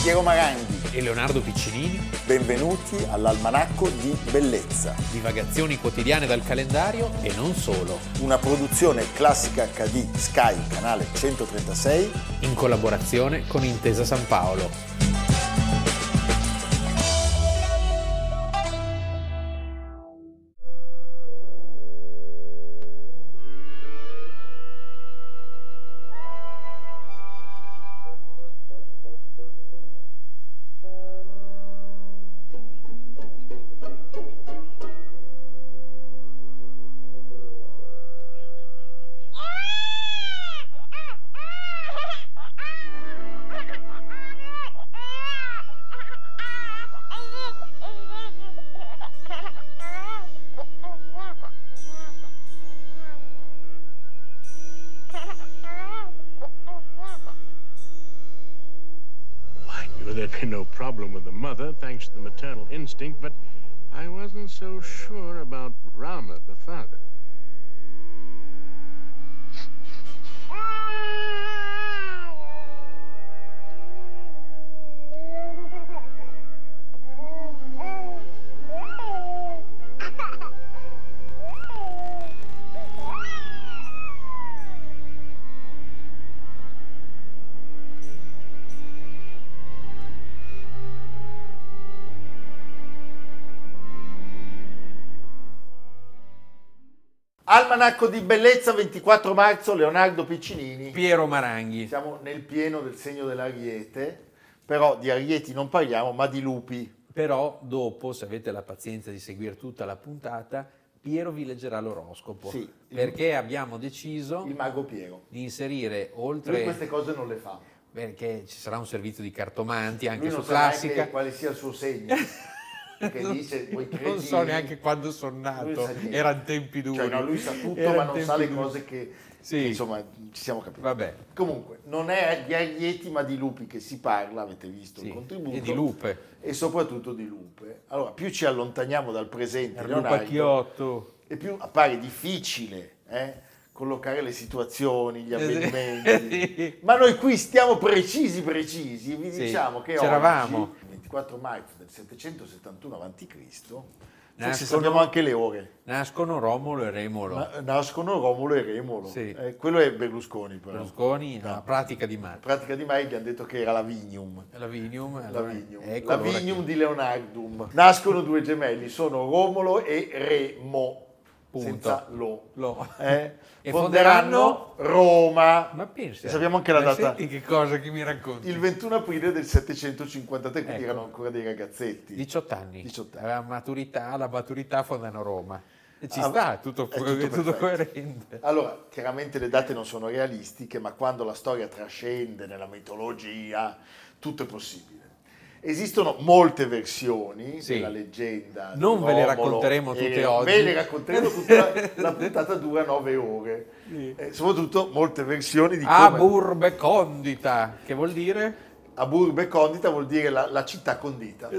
Piero Maranghi e Leonardo Piccinini. Benvenuti all'Almanacco di Bellezza. Divagazioni quotidiane dal calendario e non solo. Una produzione Classica HD Sky, canale 136. In collaborazione con Intesa San Paolo. There'd been no problem with the mother, thanks to the maternal instinct, but I wasn't so sure about Rama, the father. Almanacco di Bellezza, 24 marzo, Leonardo Piccinini. Piero Maranghi. Siamo nel pieno del segno dell'Ariete, però di Arieti non parliamo, ma di lupi. Però dopo, se avete la pazienza di seguire tutta la puntata, Piero vi leggerà l'oroscopo. Sì, perché abbiamo deciso il mago Piero. di inserire, oltre... Lui queste cose non le fa. Perché ci sarà un servizio di cartomanti anche Lui non su sa neanche Classica. quale sia il suo segno. Perché dice, voi cretini, non so neanche quando sono nato, erano tempi duri. Cioè, no, lui sa tutto, ma non sa le cose che insomma ci siamo capiti. Vabbè. Comunque, non è di Arieti ma di lupi che si parla, avete visto il contributo. E di lupe. E soprattutto di lupe. Allora, più ci allontaniamo dal presente, Leonardo, e più appare difficile collocare le situazioni, gli avvenimenti. Sì. Ma noi qui stiamo precisi, e vi diciamo che c'eravamo. oggi, 24 marzo del 771 a.C., se sappiamo anche le ore. Nascono Romolo e Remolo. Nascono Romolo e Remolo. Sì. Quello è Berlusconi, però. Berlusconi, no, Pratica di Mare. Pratica di Mai gli hanno detto che era Lavinium. Lavinium di Leonardum. Nascono due gemelli, sono Romolo e Remo. Punto. Senza lo. E fonderanno Roma. Ma pensa. E sappiamo anche la data. Senti che cosa che mi racconti. Il 21 aprile del 753, quindi erano ancora dei ragazzetti. 18 anni. Alla maturità fondano Roma. E ci sta, è tutto coerente. Allora, chiaramente le date non sono realistiche, ma quando la storia trascende nella mitologia, tutto è possibile. Esistono molte versioni della leggenda. Non ve le racconteremo tutte oggi. Ve le racconteremo tutte, la puntata dura 9 ore. Sì. Soprattutto molte versioni di come... Aburbe condita, che vuol dire? Aburbe condita vuol dire la città condita.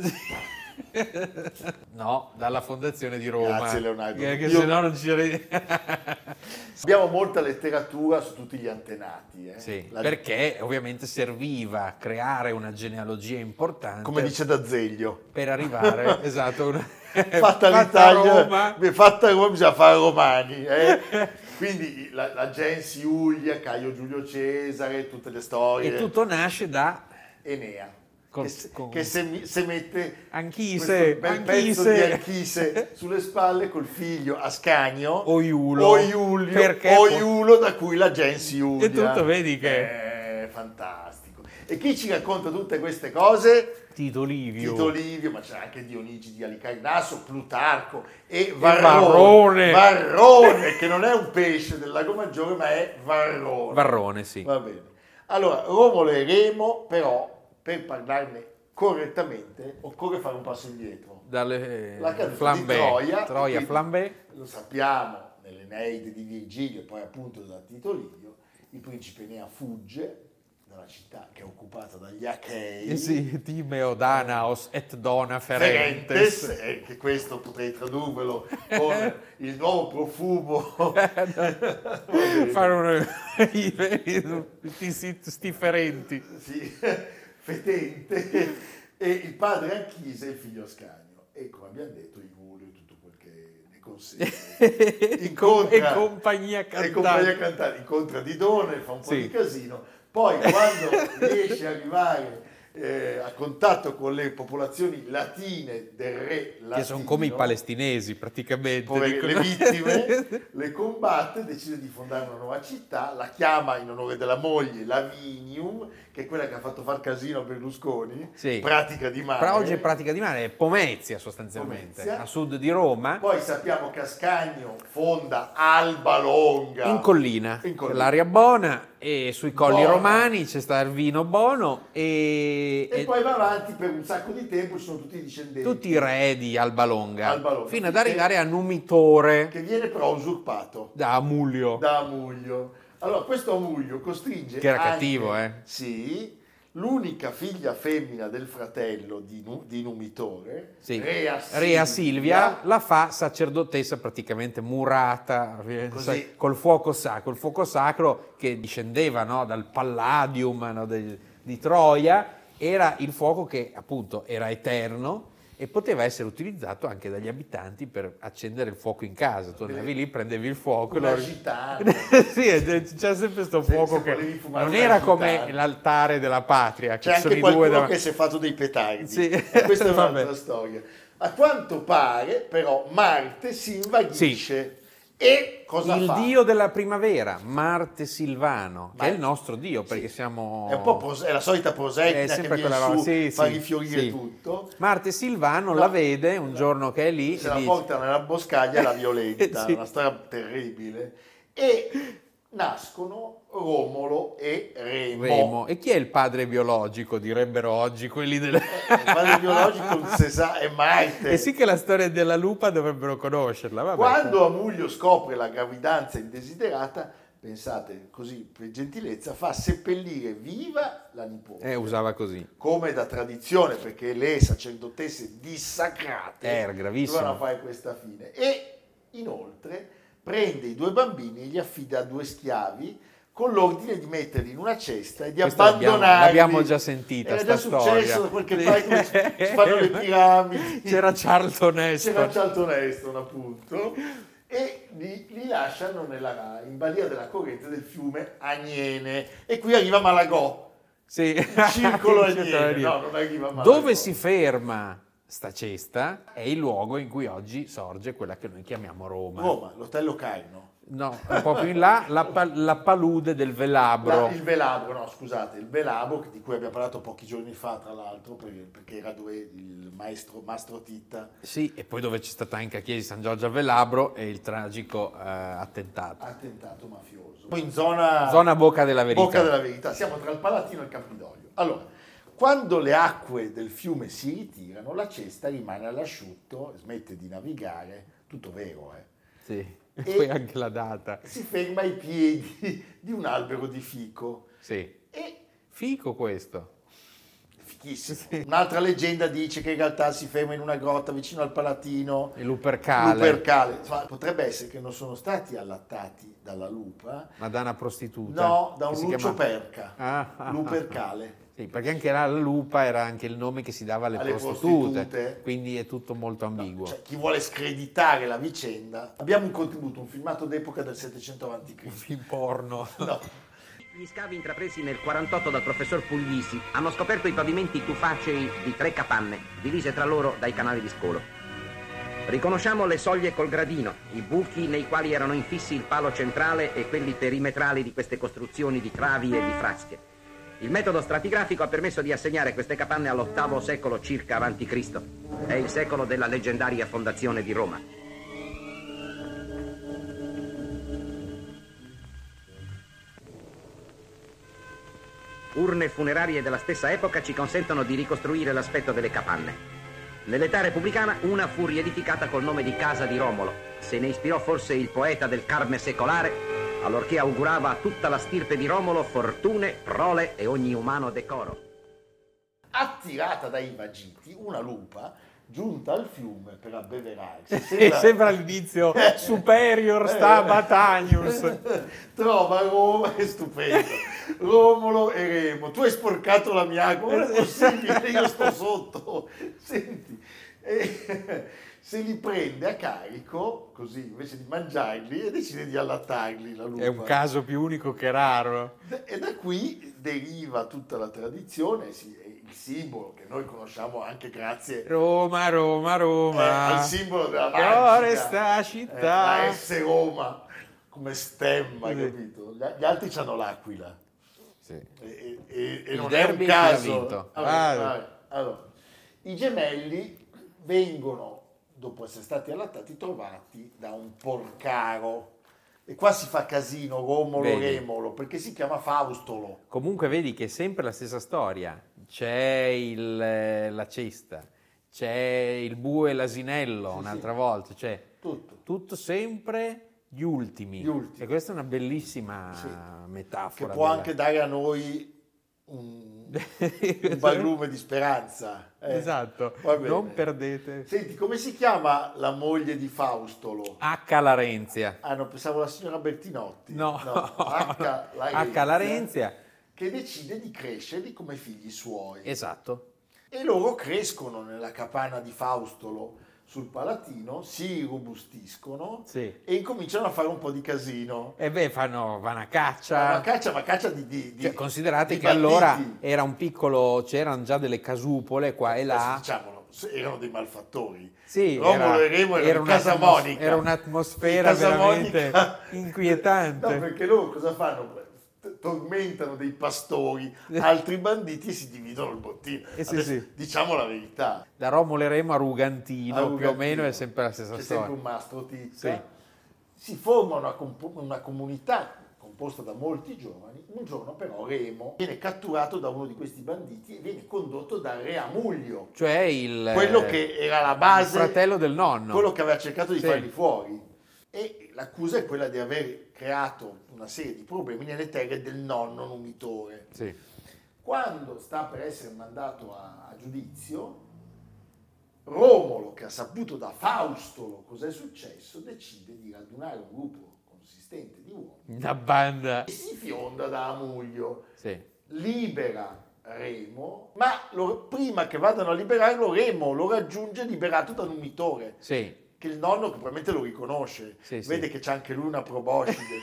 No, dalla fondazione di Roma. Grazie Leonardo. Che se no non ci... Abbiamo molta letteratura su tutti gli antenati. Sì, perché ovviamente serviva a creare una genealogia importante. Come dice D'Azeglio. Per arrivare, esatto. Fatta l'Italia, fatta Roma, bisogna fare romani. Quindi la gens Iulia, Caio Giulio Cesare, tutte le storie. E tutto nasce da Enea. Che se mette Anchise, questo bel pezzo di Anchise sulle spalle col figlio Ascanio o Iulio, Iulo, da cui la gens Iulia. E tutto vedi che è fantastico. E chi ci racconta tutte queste cose? Tito Livio, ma c'è anche Dionigi di Alicarnasso, Plutarco e Varrone, che non è un pesce del Lago Maggiore, ma è Varrone. Varrone, sì. Va bene. Allora, Romolo e Remo, però, per parlarne correttamente, occorre fare un passo indietro. La caduta di Troia, Flambé. Lo sappiamo, nell'Eneide di Virgilio e poi appunto da Tito Livio, il principe Enea fugge dalla città che è occupata dagli Achei. Sì, Timeo, Danaos et Dona Ferentes. Che questo potrei tradurvelo con il nuovo profumo. Fare sti ferenti. Sì. fetente, e il padre Anchise e il figlio Ascanio. E come abbiamo detto, i Gulli e tutto quel che ne consegue. E compagnia cantante. Incontra Didone, fa un po' di casino. Poi quando riesce a arrivare a contatto con le popolazioni latine del re latino, che sono come i palestinesi praticamente, le vittime, le combatte, decide di fondare una nuova città, la chiama in onore della moglie Lavinium, che è quella che ha fatto far casino a Berlusconi, sì. Pratica di Mare. Però oggi è Pratica di Mare, è Pomezia sostanzialmente, a sud di Roma. Poi sappiamo che Ascanio fonda Alba Longa. In collina. L'aria buona, e sui colli romani c'è sta il vino buono e poi va avanti per un sacco di tempo, ci sono tutti i discendenti. Tutti i re di Alba Longa. Fino ad arrivare a Numitore. Che viene però usurpato. Da Amulio. Allora, questo Amulio costringe... Che era cattivo, Sì, l'unica figlia femmina del fratello di Numitore, sì. Rea Silvia, la fa sacerdotessa praticamente murata, così. Col fuoco sacro che discendeva, no, dal Palladium, no, di Troia. Era il fuoco che appunto era eterno e poteva essere utilizzato anche dagli abitanti per accendere il fuoco in casa. Tu andavi lì, prendevi il fuoco. Una gitana. Sì, c'è sempre questo fuoco che non era come l'altare della patria. C'è anche qualcuno che si è fatto dei petardi. Sì. Questa è un'altra storia. A quanto pare, però, Marte si invaghisce. Sì. E cosa fa? Il dio della primavera, Marte Silvano, che è il nostro dio, perché siamo... È un po' è la solita Proserpina che viene su, fa rifiorire tutto. Marte Silvano la vede un giorno che è lì. Se la porta nella boscaglia e la violenta, una storia terribile. E nascono Romolo e Remo. E chi è il padre biologico, direbbero oggi quelli del... Il padre biologico è Marte. E sì che la storia della lupa dovrebbero conoscerla. Vabbè. Quando Amulio scopre la gravidanza indesiderata, pensate, così per gentilezza, fa seppellire viva la nipote. Usava così. Come da tradizione, perché le sacerdotesse dissacrate era gravissimo. dovevano fare questa fine. E inoltre prende i 2 bambini e li affida a 2 schiavi con l'ordine di metterli in una cesta e di abbandonarli. L'abbiamo già sentita. Era già successo da qualche parte, si fanno le piramidi. C'era Charlton Heston, appunto. E li lasciano in balia della corrente del fiume Aniene. E qui arriva Malagò. Sì. Il circolo Aniene. No, non arriva Malagò. Dove si ferma sta cesta è il luogo in cui oggi sorge quella che noi chiamiamo Roma. L'Hotel Locarno. No, un po' più in là, la palude del Velabro. Il Velabro di cui abbiamo parlato pochi giorni fa, tra l'altro, perché era dove il Mastro Titta. Sì, e poi dove c'è stata anche a Chiesa di San Giorgio a Velabro e il tragico attentato. Attentato mafioso. Poi in zona Bocca della Verità. Bocca della Verità, siamo tra il Palatino e il Campidoglio. Allora, quando le acque del fiume si ritirano, la cesta rimane all'asciutto, smette di navigare, tutto vero, Sì. E poi anche la data. Si ferma ai piedi di un albero di fico. Sì. Fico questo. Fichissimo. Sì. Un'altra leggenda dice che in realtà si ferma in una grotta vicino al Palatino. Il Lupercale. Potrebbe essere che non sono stati allattati dalla lupa. Ma da una prostituta? No, da un Lucio Perca. Lupercale. Sì, perché anche la lupa era anche il nome che si dava alle prostitute, quindi è tutto molto ambiguo. Chi vuole screditare la vicenda, abbiamo un contributo, un filmato d'epoca del 700 a.C. Un film porno. No. Gli scavi intrapresi nel 48 dal professor Puglisi hanno scoperto i pavimenti tufacei di 3 capanne, divise tra loro dai canali di scolo. Riconosciamo le soglie col gradino, i buchi nei quali erano infissi il palo centrale e quelli perimetrali di queste costruzioni di travi e di frasche. Il metodo stratigrafico ha permesso di assegnare queste capanne all'8° secolo circa a.C. È il secolo della leggendaria fondazione di Roma. Urne funerarie della stessa epoca ci consentono di ricostruire l'aspetto delle capanne. Nell'età repubblicana una fu riedificata col nome di Casa di Romolo. Se ne ispirò forse il poeta del Carme secolare, allorché augurava a tutta la stirpe di Romolo fortune, prole e ogni umano decoro. Attirata dai vagiti, una lupa giunta al fiume per abbeverarsi. Sembra l'inizio superior stabat agnus. Trova Roma, è stupendo. Romolo e Remo, tu hai sporcato la mia acqua, non è possibile, io sto sotto. Senti, se li prende a carico, così, invece di mangiarli, e decide di allattarli la lupa. È un caso più unico che raro. E da qui deriva tutta la tradizione, il simbolo che noi conosciamo anche grazie Roma, al simbolo della magica. Cuore sta città. La S Roma come stemma, capito? Gli altri hanno l'aquila. Sì. E non derby è un caso. chi ha vinto? Allora, i gemelli vengono, dopo essere stati allattati, trovati da un porcaro. E qua si fa casino, Romolo-Remolo, perché si chiama Faustolo. Comunque vedi che è sempre la stessa storia. C'è la cesta, c'è il bue e l'asinello un'altra volta, c'è tutto sempre gli ultimi. E questa è una bellissima metafora. Che può anche dare a noi un barlume di speranza. Esatto, non perdete. Senti, come si chiama la moglie di Faustolo? H. Larenzia. Ah no, pensavo la signora Bertinotti. No. H. Larenzia. Che decide di crescerli come figli suoi. Esatto. E loro crescono nella capanna di Faustolo sul Palatino, si robustiscono e incominciano a fare un po' di casino. E vanno a caccia. Ma caccia di cioè, considerate di che banditi. allora era un piccolo, c'erano già delle casupole qua e là. Diciamolo, erano dei malfattori. Sì, Romolo e Remo erano in Casa Monica. Era un'atmosfera veramente inquietante. No, perché loro cosa fanno? Tormentano dei pastori, altri banditi, e si dividono il bottino. Adesso, diciamo la verità. Da Romolo e Remo a Rugantino, più o meno è sempre la stessa C'è storia. sempre un mastro Tizza. Si forma una comunità composta da molti giovani. Un giorno però Remo viene catturato da uno di questi banditi e viene condotto da Re Amuglio, cioè quello che era la base, il fratello del nonno, quello che aveva cercato di farli fuori. E l'accusa è quella di aver creato una serie di problemi nelle terre del nonno numitore. Quando sta per essere mandato a giudizio, Romolo, che ha saputo da Faustolo cos'è successo, decide di radunare un gruppo consistente di uomini, una banda, e si fionda da Amuglio, libera Remo, ma prima che vadano a liberarlo, Remo lo raggiunge liberato da Numitore. Che il nonno, che probabilmente lo riconosce, vede che c'è anche lui una proboscide,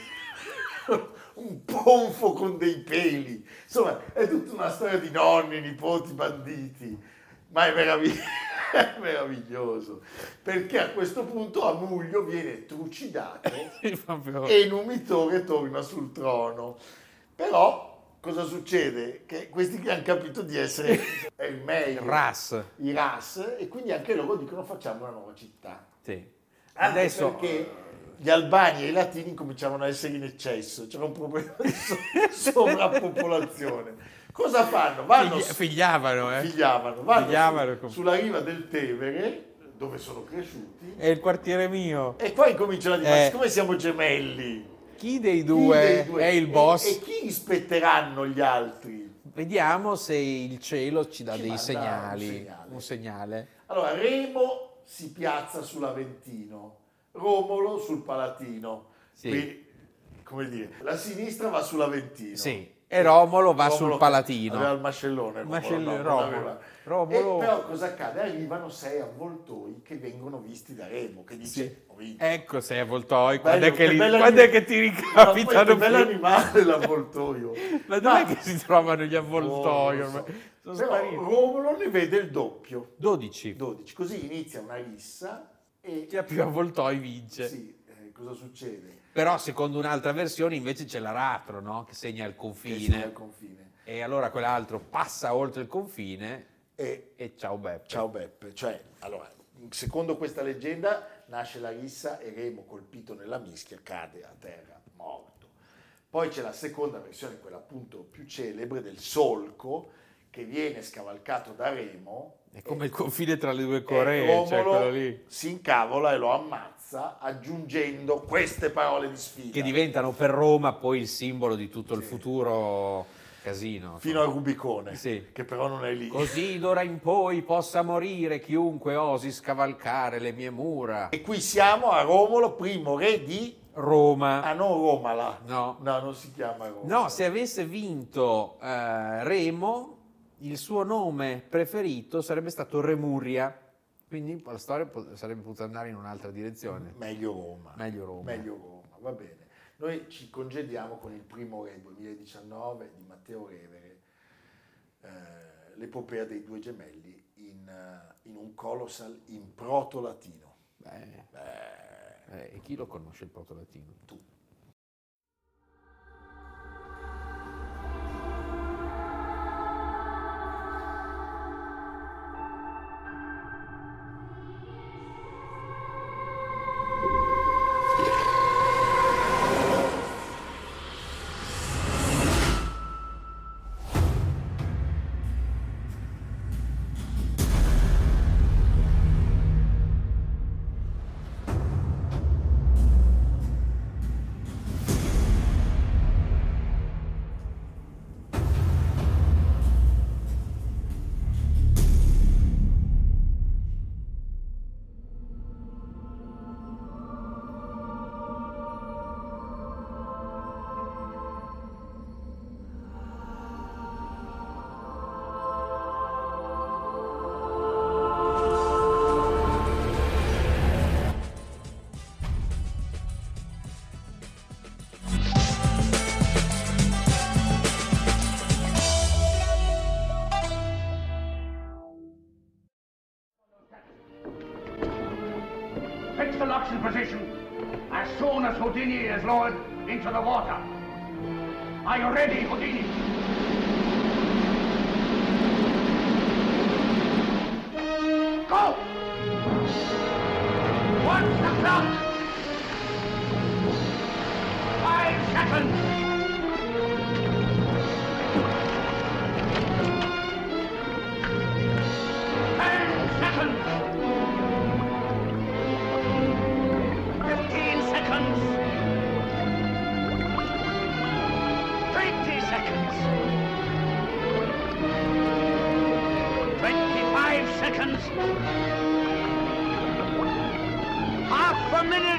un ponfo con dei peli, insomma è tutta una storia di nonni, nipoti, banditi, ma è meraviglioso, perché a questo punto Amuglio viene trucidato e Numitore torna sul trono. Però cosa succede? Che questi che hanno capito di essere il meglio, i Ras, e quindi anche loro dicono facciamo una nuova città. Adesso perché gli albani e i latini cominciavano a essere in eccesso, c'era un problema di sovrappopolazione. Cosa fanno? Figliavano, vanno sulla riva del Tevere, dove sono cresciuti. È il quartiere mio. E qua incominciano a dire, ma siccome siamo gemelli, chi dei due è il boss? E chi rispetteranno gli altri? Vediamo se il cielo ci dà dei segnali. Un segnale. Allora, Remo si piazza sull'Aventino, Romolo sul Palatino. Qui, come dire, la sinistra va sull'Aventino. E Romolo va sul Palatino. Aveva il mascellone. Romolo. Però cosa accade? Arrivano 6 avvoltoi che vengono visti da Remo, che dice ho vinto. Ecco 6 avvoltoi, quando è che ti ricapitano? È bell'animale l'avvoltoio. Ma dov'è che si trovano gli avvoltoi? Però Romolo ne vede il doppio. 12. Così inizia una rissa e chi ha più avvoltoi vince. Cosa succede? Però secondo un'altra versione invece c'è l'aratro, no? Che segna il confine. E allora quell'altro passa oltre il confine e ciao Beppe. Ciao Beppe. Cioè, allora, secondo questa leggenda nasce la rissa e Remo, colpito nella mischia, cade a terra, morto. Poi c'è la seconda versione, quella appunto più celebre, del solco, che viene scavalcato da Remo. È come il confine tra le due Coree, cioè quello lì. Si incavola e lo ammazza, aggiungendo queste parole di sfida. Che diventano per Roma poi il simbolo di tutto il futuro casino. Fino al Rubicone, sì. Che però non è lì. Così d'ora in poi possa morire chiunque osi scavalcare le mie mura. E qui siamo a Romolo, primo re di Roma. Ah, non Romala. No. No, non si chiama Roma. No, se avesse vinto Remo, il suo nome preferito sarebbe stato Remuria. Quindi la storia sarebbe potuta andare in un'altra direzione. Meglio Roma. Meglio Roma, va bene. Noi ci congediamo con il primo re 2019 di Matteo Revere, l'epopea dei due gemelli in un colossal in proto-latino. E chi lo conosce il proto-latino? Tu. Fix the locks in position as soon as Houdini is lowered into the water. Are you ready, Houdini? Go! Watch the clock! 5 seconds! 10 seconds! 15 seconds! 20 seconds! 25 seconds! Half a minute!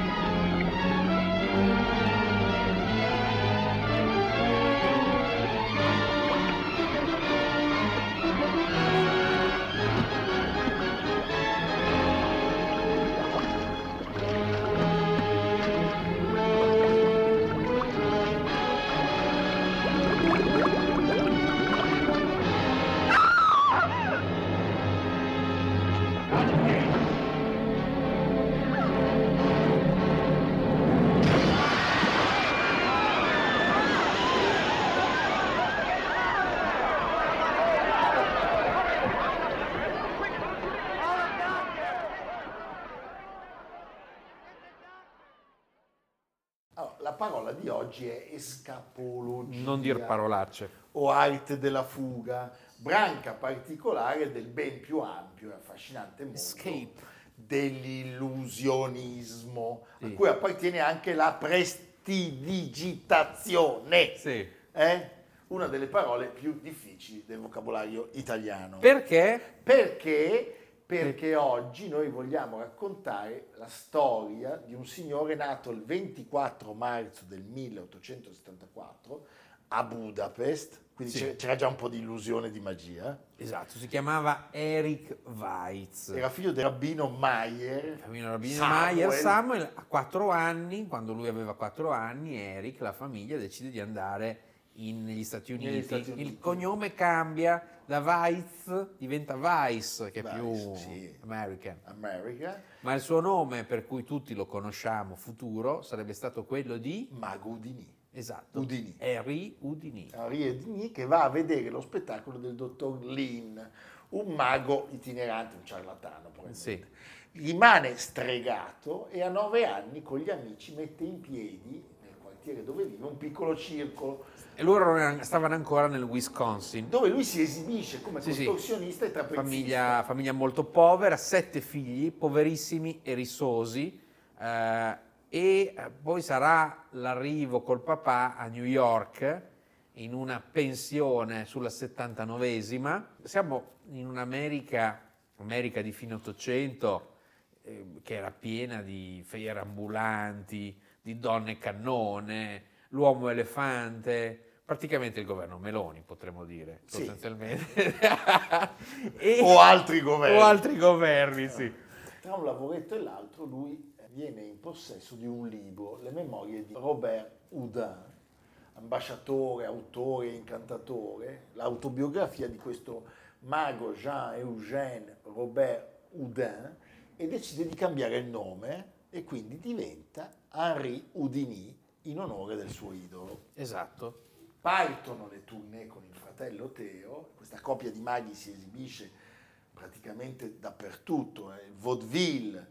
La parola di oggi è escapologia. Non dir parolacce. O arte della fuga, branca particolare del ben più ampio e affascinante mondo dell'illusionismo, a cui appartiene anche la prestidigitazione. Sì. Una delle parole più difficili del vocabolario italiano. Perché? Perché oggi noi vogliamo raccontare la storia di un signore nato il 24 marzo del 1874 a Budapest, quindi c'era già un po' di illusione di magia. Esatto, si chiamava Erich Weitz. Era figlio del rabbino Mayer. Samuel a 4 anni, quando lui aveva 4 anni, Erich, la famiglia, decide di andare negli Stati Uniti. Il cognome cambia, da Weitz diventa Weiss, che è più American. Ma il suo nome, per cui tutti lo conosciamo, futuro, sarebbe stato quello di Mago Houdini. Esatto. Houdini. Henri Houdini. Henri Houdini, che va a vedere lo spettacolo del dottor Lin, un mago itinerante, un ciarlatano probabilmente. Rimane stregato e a 9 anni con gli amici mette in piedi, nel quartiere dove vive, un piccolo circolo. E loro stavano ancora nel Wisconsin. Dove lui si esibisce come contorsionista e trapezista. Famiglia molto povera, 7 figli, poverissimi e rissosi. E poi sarà l'arrivo col papà a New York in una pensione sulla 79esima. Siamo in un'America di fine Ottocento, che era piena di fiere ambulanti, di donne cannone, l'uomo elefante, praticamente il governo Meloni, potremmo dire, sì, sostanzialmente. O altri governi. O altri governi, sì. Tra un lavoretto e l'altro lui viene in possesso di un libro, Le memorie di Robert Houdin, ambasciatore, autore, incantatore, l'autobiografia di questo mago Jean-Eugène Robert Houdin, e decide di cambiare il nome e quindi diventa Henri Houdini in onore del suo idolo. Esatto. Partono le tournée con il fratello Teo, questa coppia di maghi si esibisce praticamente dappertutto, il vaudeville,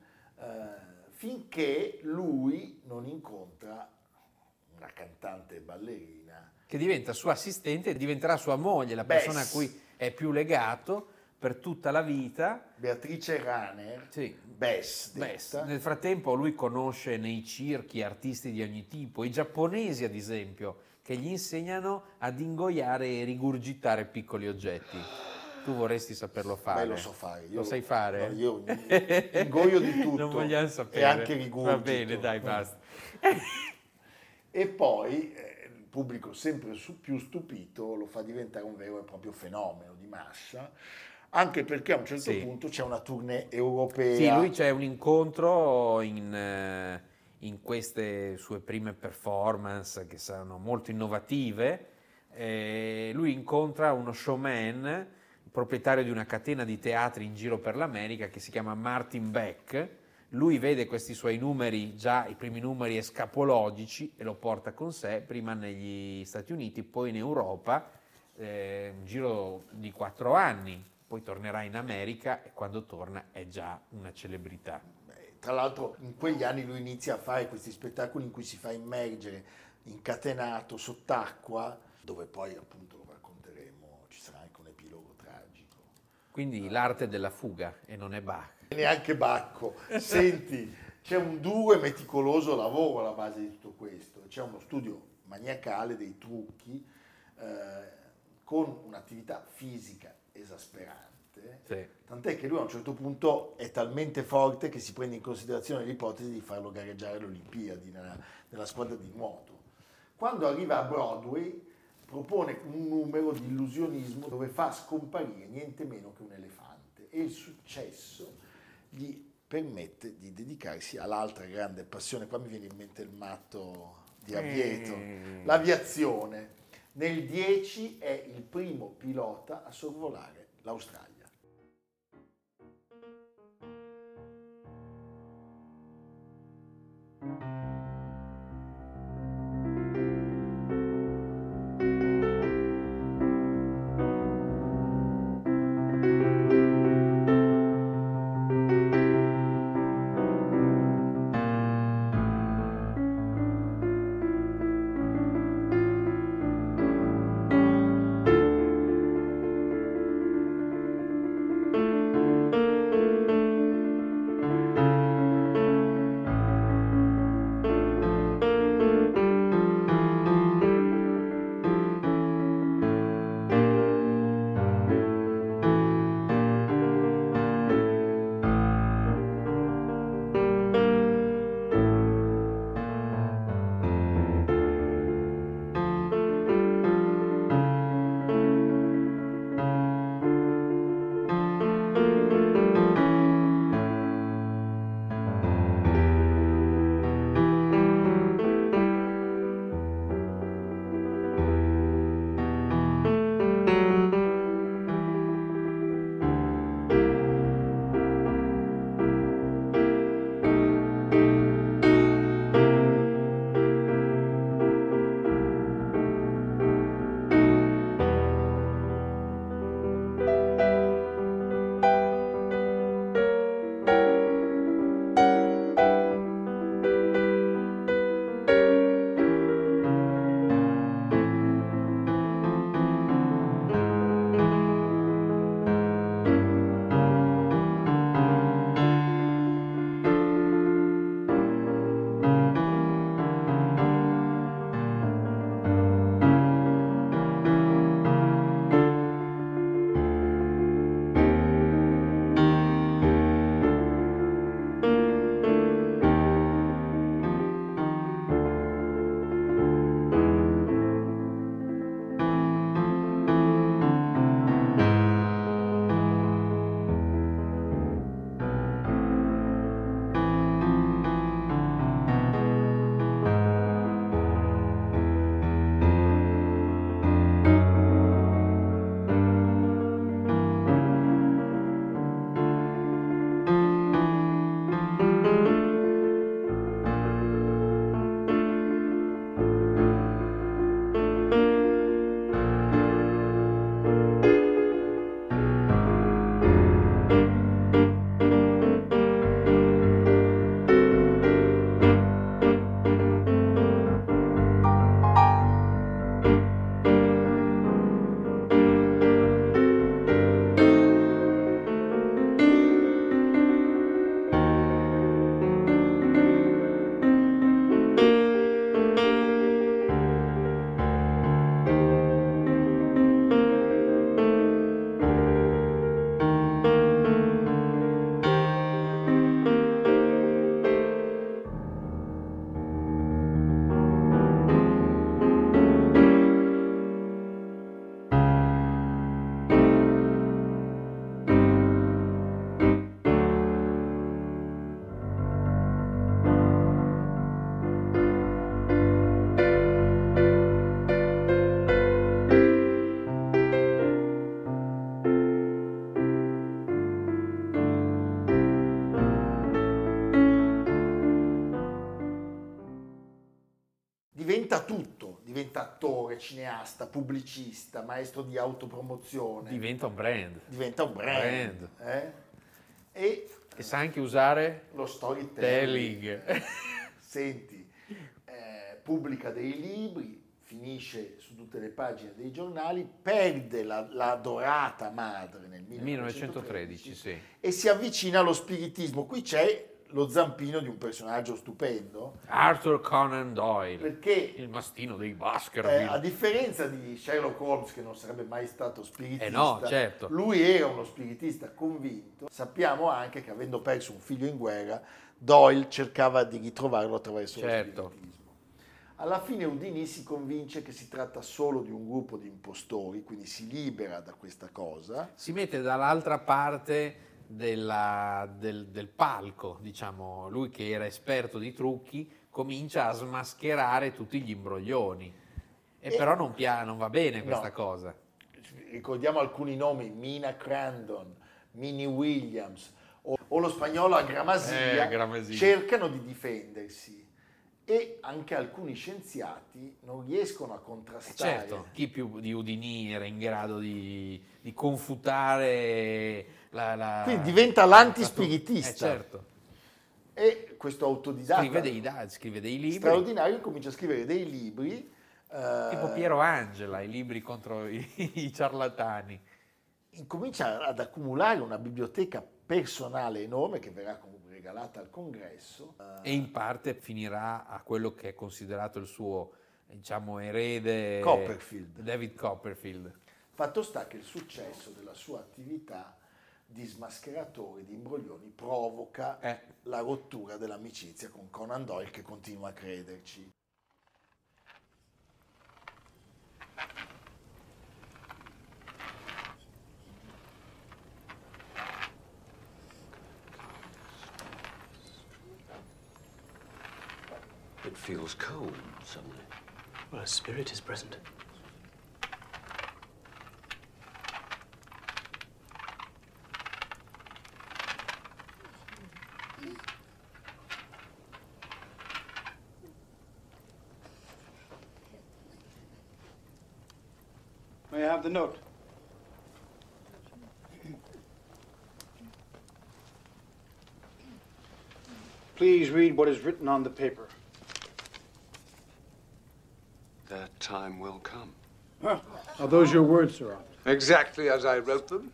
finché lui non incontra una cantante e ballerina. Che diventa sua assistente e diventerà sua moglie, la persona a cui è più legato per tutta la vita. Beatrice Raner, sì. Bess. Nel frattempo lui conosce nei circhi artisti di ogni tipo, i giapponesi ad esempio, che gli insegnano ad ingoiare e rigurgitare piccoli oggetti. Tu vorresti saperlo fare? Beh, lo so fare. Lo sai fare? No, io ingoio di tutto. Non vogliamo sapere. E anche rigurgito. Va bene, dai, basta. E poi il pubblico, sempre più stupito, lo fa diventare un vero e proprio fenomeno di massa, anche perché a un certo punto c'è una tournée europea. Sì, lui c'è un incontro in queste sue prime performance che saranno molto innovative. Lui incontra uno showman, proprietario di una catena di teatri in giro per l'America, che si chiama Martin Beck. Lui vede questi suoi numeri, già i primi numeri escapologici, e lo porta con sé, prima negli Stati Uniti, poi in Europa, un giro di 4 anni. Poi tornerà in America e quando torna è già una celebrità. Tra l'altro in quegli anni lui inizia a fare questi spettacoli in cui si fa immergere incatenato sott'acqua, dove poi appunto lo racconteremo, ci sarà anche un epilogo tragico. Quindi l'arte della fuga, e non è Bach. Neanche Bacco. Senti, c'è un duro e meticoloso lavoro alla base di tutto questo, c'è uno studio maniacale dei trucchi, con un'attività fisica esasperante, sì. Tant'è che lui a un certo punto è talmente forte che si prende in considerazione l'ipotesi di farlo gareggiare alle Olimpiadi nella squadra di nuoto. Quando arriva a Broadway propone un numero di illusionismo dove fa scomparire niente meno che un elefante, e il successo gli permette di dedicarsi all'altra grande passione. Qua mi viene in mente il matto di Avieto, l'aviazione. Nel 10 è il primo pilota a sorvolare l'Australia. diventa tutto, diventa attore, cineasta, pubblicista, maestro di autopromozione. Diventa un brand. E sa anche usare lo storytelling. Telling. Senti, pubblica dei libri, finisce su tutte le pagine dei giornali, perde la dorata madre nel 1913 sì. E si avvicina allo spiritismo. Qui c'è lo zampino di un personaggio stupendo, Arthur Conan Doyle, perché il mastino dei Baskerville. A differenza di Sherlock Holmes, che non sarebbe mai stato spiritista, no, certo. Lui era uno spiritista convinto. Sappiamo anche che, avendo perso un figlio in guerra, Doyle cercava di ritrovarlo attraverso lo spiritismo. Alla fine Houdini si convince che si tratta solo di un gruppo di impostori, quindi si libera da questa cosa. Si mette dall'altra parte del palco, diciamo. Lui, che era esperto di trucchi, comincia a smascherare tutti gli imbroglioni. Però non va bene questa cosa. Ricordiamo alcuni nomi: Mina Crandon, Minnie Williams o lo spagnolo Agramasia, cercano di difendersi. E anche alcuni scienziati non riescono a contrastare. Certo, chi più di Houdini era in grado di confutare quindi diventa l'antispiritista. Certo. E questo autodidatta scrive dei libri straordinario, comincia a scrivere dei libri tipo Piero Angela, i libri contro i ciarlatani. Incomincia ad accumulare una biblioteca personale enorme che verrà comunque regalata al congresso. E in parte finirà a quello che è considerato il suo, diciamo, erede, David Copperfield. Fatto sta che il successo della sua attività di smascheratore, di imbroglioni, provoca la rottura dell'amicizia con Conan Doyle, che continua a crederci. It feels cold suddenly. Well, a spirit is present. May I have the note? Please read what is written on the paper. That time will come. Huh. Are those your words, Sir Arthur? Exactly as I wrote them.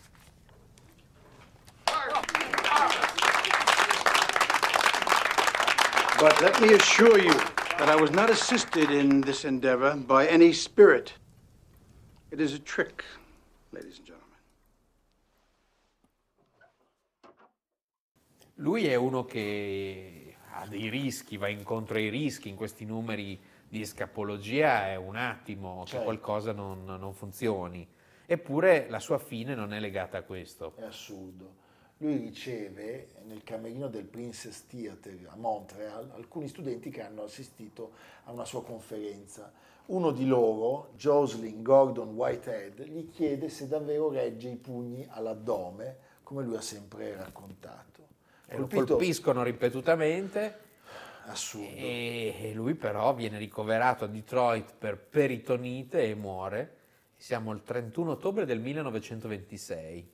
But let me assure you that I was not assisted in this endeavor by any spirit. It is a trick, ladies and gentlemen. Lui è uno che ha dei rischi, va incontro ai rischi in questi numeri di escapologia. È un attimo che qualcosa non funzioni. Eppure la sua fine non è legata a questo. È assurdo. Lui riceve nel camerino del Princess Theatre a Montreal alcuni studenti che hanno assistito a una sua conferenza. Uno di loro, Jocelyn Gordon Whitehead, gli chiede se davvero regge i pugni all'addome, come lui ha sempre raccontato. Lo colpiscono ripetutamente. Assurdo. E lui però viene ricoverato a Detroit per peritonite e muore. Siamo il 31 ottobre del 1926.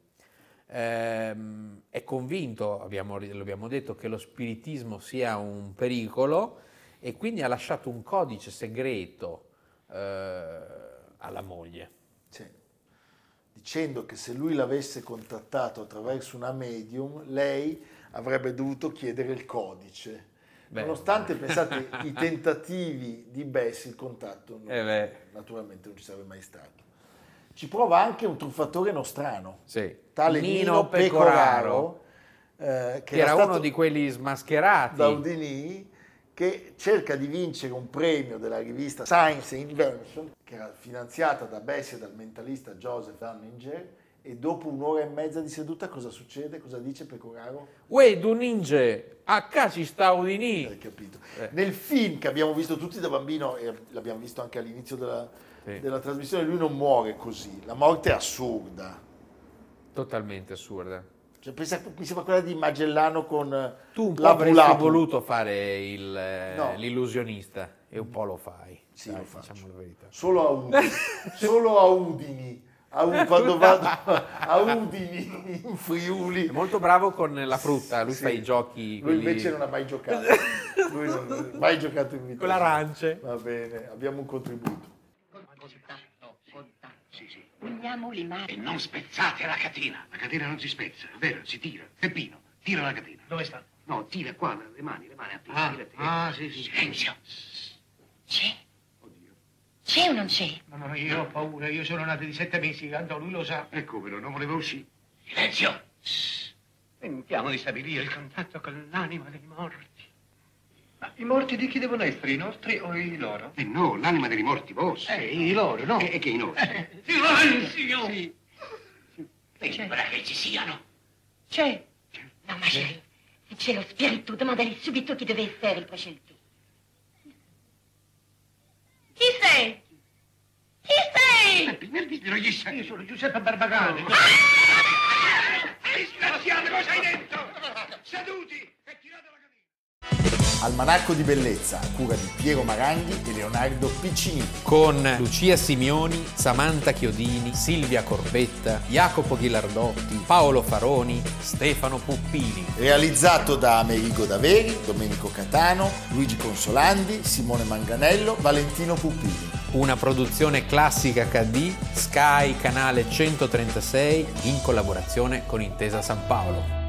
È convinto, l'abbiamo detto, che lo spiritismo sia un pericolo, e quindi ha lasciato un codice segreto alla moglie. Sì. Dicendo che se lui l'avesse contattato attraverso una medium, lei avrebbe dovuto chiedere il codice. Nonostante, pensate, i tentativi di Bessi, il contatto naturalmente non ci sarebbe mai stato. Ci prova anche un truffatore nostrano, tale Nino Pecoraro, che era uno di quelli smascherati da Houdini, che cerca di vincere un premio della rivista Science and Invention, che era finanziata da Bessi e dal mentalista Joseph Dunninger, e dopo un'ora e mezza di seduta cosa succede? Cosa dice Pecoraro? Uè, Dunninger, a casa ci sta Houdini. Hai capito. Nel film che abbiamo visto tutti da bambino, e l'abbiamo visto anche all'inizio della trasmissione, lui non muore così. La morte è assurda. Totalmente assurda. Cioè, mi sembra quella di Magellano con tu un po' avresti voluto fare l'illusionista. e un po' lo fai. Sì, dai, lo faccio. diciamo la verità. Solo a Udini. Quando vado a Udini in Friuli. È molto bravo con la frutta, lui fa i giochi. Lui invece non ha mai giocato. Lui non ha mai giocato in vita. Con l'arancia. Va bene, abbiamo un contributo. Sì. Uniamo le mani. E non spezzate la catena. La catena non si spezza, è vero, si tira. Peppino, tira la catena. Dove sta? No, tira qua, le mani, sì. Silenzio. C'è? C'è o non c'è? No, io ho paura, io sono nato di 7 mesi, tanto lui lo sa. Ecco, però non volevo uscire. Silenzio! Tentiamo di stabilire il contatto con l'anima dei morti. Ma i morti di chi devono essere? I nostri o i loro? No, l'anima dei morti vostri. I loro, no? E che i nostri? Silenzio! Sì. Sembra che ci siano. C'è? No, ma c'è. Se c'è lo spirito, domandali subito chi deve essere il prescelto. Chi sei? Chi sei? Io sono Giuseppe Barbagani. Disgraziato, cosa hai detto? Seduti e tirate la catena. Almanacco di bellezza, a cura di Piero Maranghi e Leonardo Piccini. Con Lucia Simioni, Samantha Chiodini, Silvia Corbetta, Jacopo Ghilardotti, Paolo Faroni, Stefano Puppini. Realizzato da Amerigo Daveri, Domenico Catano, Luigi Consolandi, Simone Manganello, Valentino Puppini. Una produzione Classica HD, Sky, canale 136, in collaborazione con Intesa San Paolo.